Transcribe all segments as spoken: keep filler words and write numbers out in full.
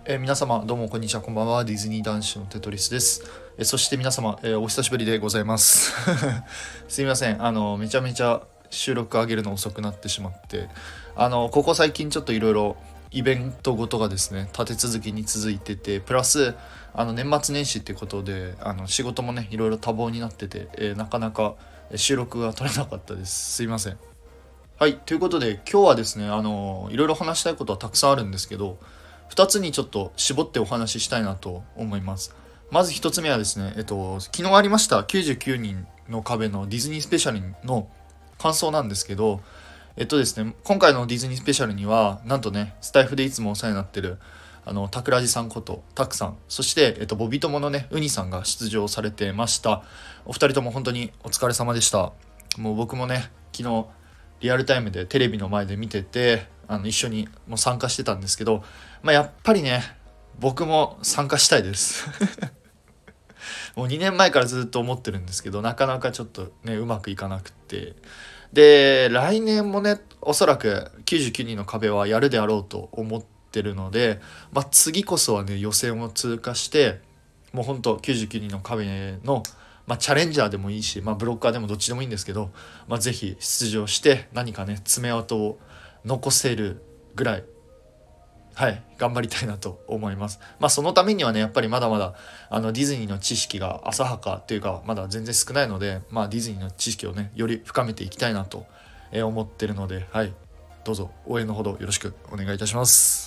えー皆様どうもこんにちは、こんばんは。ディズニー男子のテトリスです。えーそして皆様、えーお久しぶりでございますすみません、あのめちゃめちゃ収録上げるの遅くなってしまって、あのここ最近ちょっといろいろイベントごとがですね立て続けに続いてて、プラスあの年末年始ってことであの仕事もねいろいろ多忙になってて、えーなかなか収録が取れなかったです。すいません。はい、ということで今日はですね、あのいろいろ話したいことはたくさんあるんですけど、ふたつにちょっと絞ってお話ししたいなと思います。まずひとつめはですね、えっと、昨日ありましたきゅうじゅうきゅうにんの壁のディズニースペシャルの感想なんですけど、えっとですね、今回のディズニースペシャルには、なんとね、スタイフでいつもお世話になってる、あの、タクラジさんことタクさん、そして、えっと、ボビ友のね、ウニさんが出場されてました。お二人とも本当にお疲れ様でした。もう僕もね、昨日、リアルタイムでテレビの前で見てて、あの一緒にもう参加してたんですけど、まあ、やっぱりね僕も参加したいですもうにねんまえからずっと思ってるんですけど、なかなかちょっとねうまくいかなくて、で来年もねおそらくきゅうじゅうきゅうにんの壁はやるであろうと思ってるので、まあ、次こそはね予選を通過して、もうほんときゅうじゅうきゅうにんの壁のまあ、チャレンジャーでもいいし、まあ、ブロッカーでもどっちでもいいんですけど、まあ、ぜひ出場して何かね爪痕を残せるぐらい、はい頑張りたいなと思います。まあそのためにはねやっぱりまだまだあのディズニーの知識が浅はかというかまだ全然少ないので、まあディズニーの知識をねより深めていきたいなと思ってるので、はいどうぞ応援のほどよろしくお願いいたします。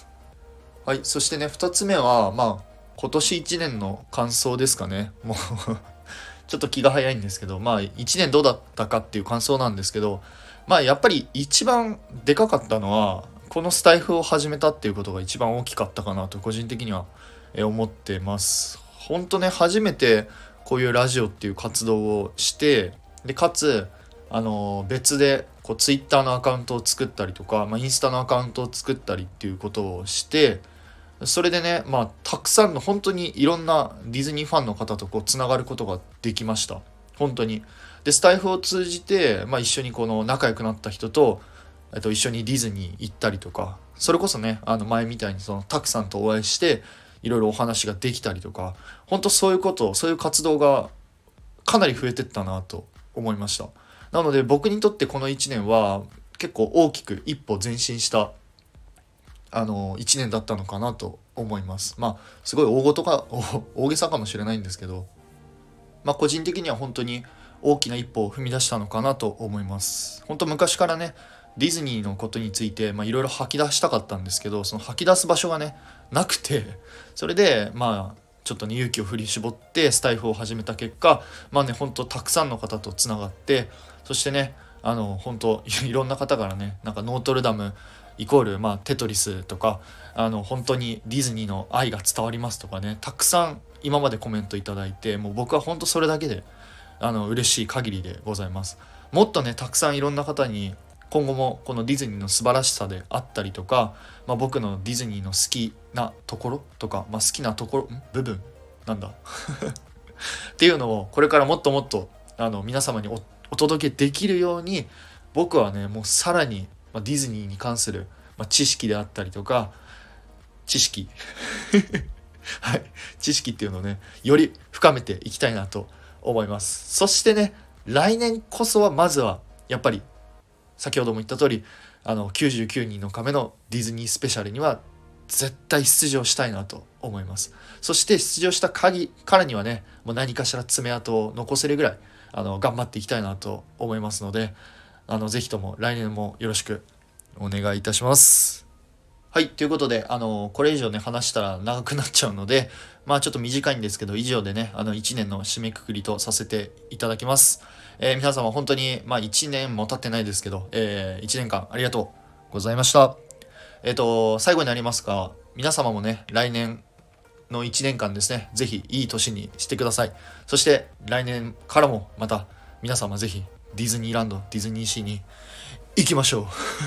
はい、そしてねふたつめはまあ今年いちねんの感想ですかね。もうちょっと気が早いんですけど、まあいちねんどうだったかっていう感想なんですけど、まあやっぱり一番でかかったのはこのスタイフを始めたっていうことが一番大きかったかなと個人的には思ってます。本当ね初めてこういうラジオっていう活動をして、でかつあの別でこうツイッターのアカウントを作ったりとか、まあ、インスタのアカウントを作ったりっていうことをして、それでね、まあ、たくさんの本当にいろんなディズニーファンの方とこうつながることができました。本当に。で、スタイフを通じて、まあ、一緒にこの仲良くなった人と、えっと、一緒にディズニー行ったりとか、それこそね、あの前みたいにそのたくさんとお会いして、いろいろお話ができたりとか、本当そういうこと、そういう活動がかなり増えてったなと思いました。なので僕にとってこのいちねんは結構大きく一歩前進したあのいちねんだったのかなと思います。まあすごい大事か大げさかもしれないんですけど、まあ個人的には本当に大きな一歩を踏み出したのかなと思います。本当昔からねディズニーのことについていろいろ吐き出したかったんですけど、その吐き出す場所がねなくて、それでまあちょっとね勇気を振り絞ってスタイフを始めた結果、まあね本当たくさんの方とつながって、そしてねあの本当いろんな方からねなんかノートルダムイコールまあテトリスとか、あの本当にディズニーの愛が伝わりますとかね、たくさん今までコメントいただいて、もう僕は本当それだけであの嬉しい限りでございます。もっとねたくさんいろんな方に今後もこのディズニーの素晴らしさであったりとか、まあ、僕のディズニーの好きなところとか、まあ、好きなところん部分なんだっていうのをこれからもっともっとあの皆様に お, お届けできるように、僕はねもうさらに、まあ、ディズニーに関する、まあ、知識であったりとか知識はい知識っていうのをねより深めていきたいなと思います。そしてね来年こそはまずはやっぱり先ほども言った通りあのきゅうじゅうきゅうにんの壁のディズニースペシャルには絶対出場したいなと思います。そして出場した鍵からにはねもう何かしら爪痕を残せるぐらいあの頑張っていきたいなと思いますので、あのぜひとも来年もよろしくお願いいたします。はい、ということであのこれ以上ね話したら長くなっちゃうので、まあちょっと短いんですけど以上でねあのいちねんの締めくくりとさせていただきます。えー、皆様本当にまあいちねんも経ってないですけど、えー、いちねんかんありがとうございました。えっと最後になりますが、皆様もね来年のいちねんかんですねぜひいい年にしてください。そして来年からもまた皆様ぜひディズニーランドディズニーシーに行きましょう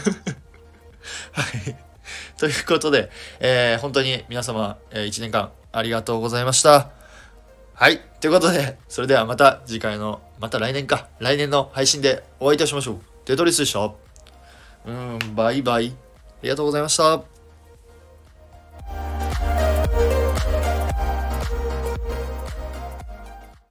はいということで、えー、本当に皆様、えー、いちねんかんありがとうございました。はい。ということで、それではまた次回の、また来年か、来年の配信でお会いいたしましょう。テトリスでした。うーん、バイバイ。ありがとうございました。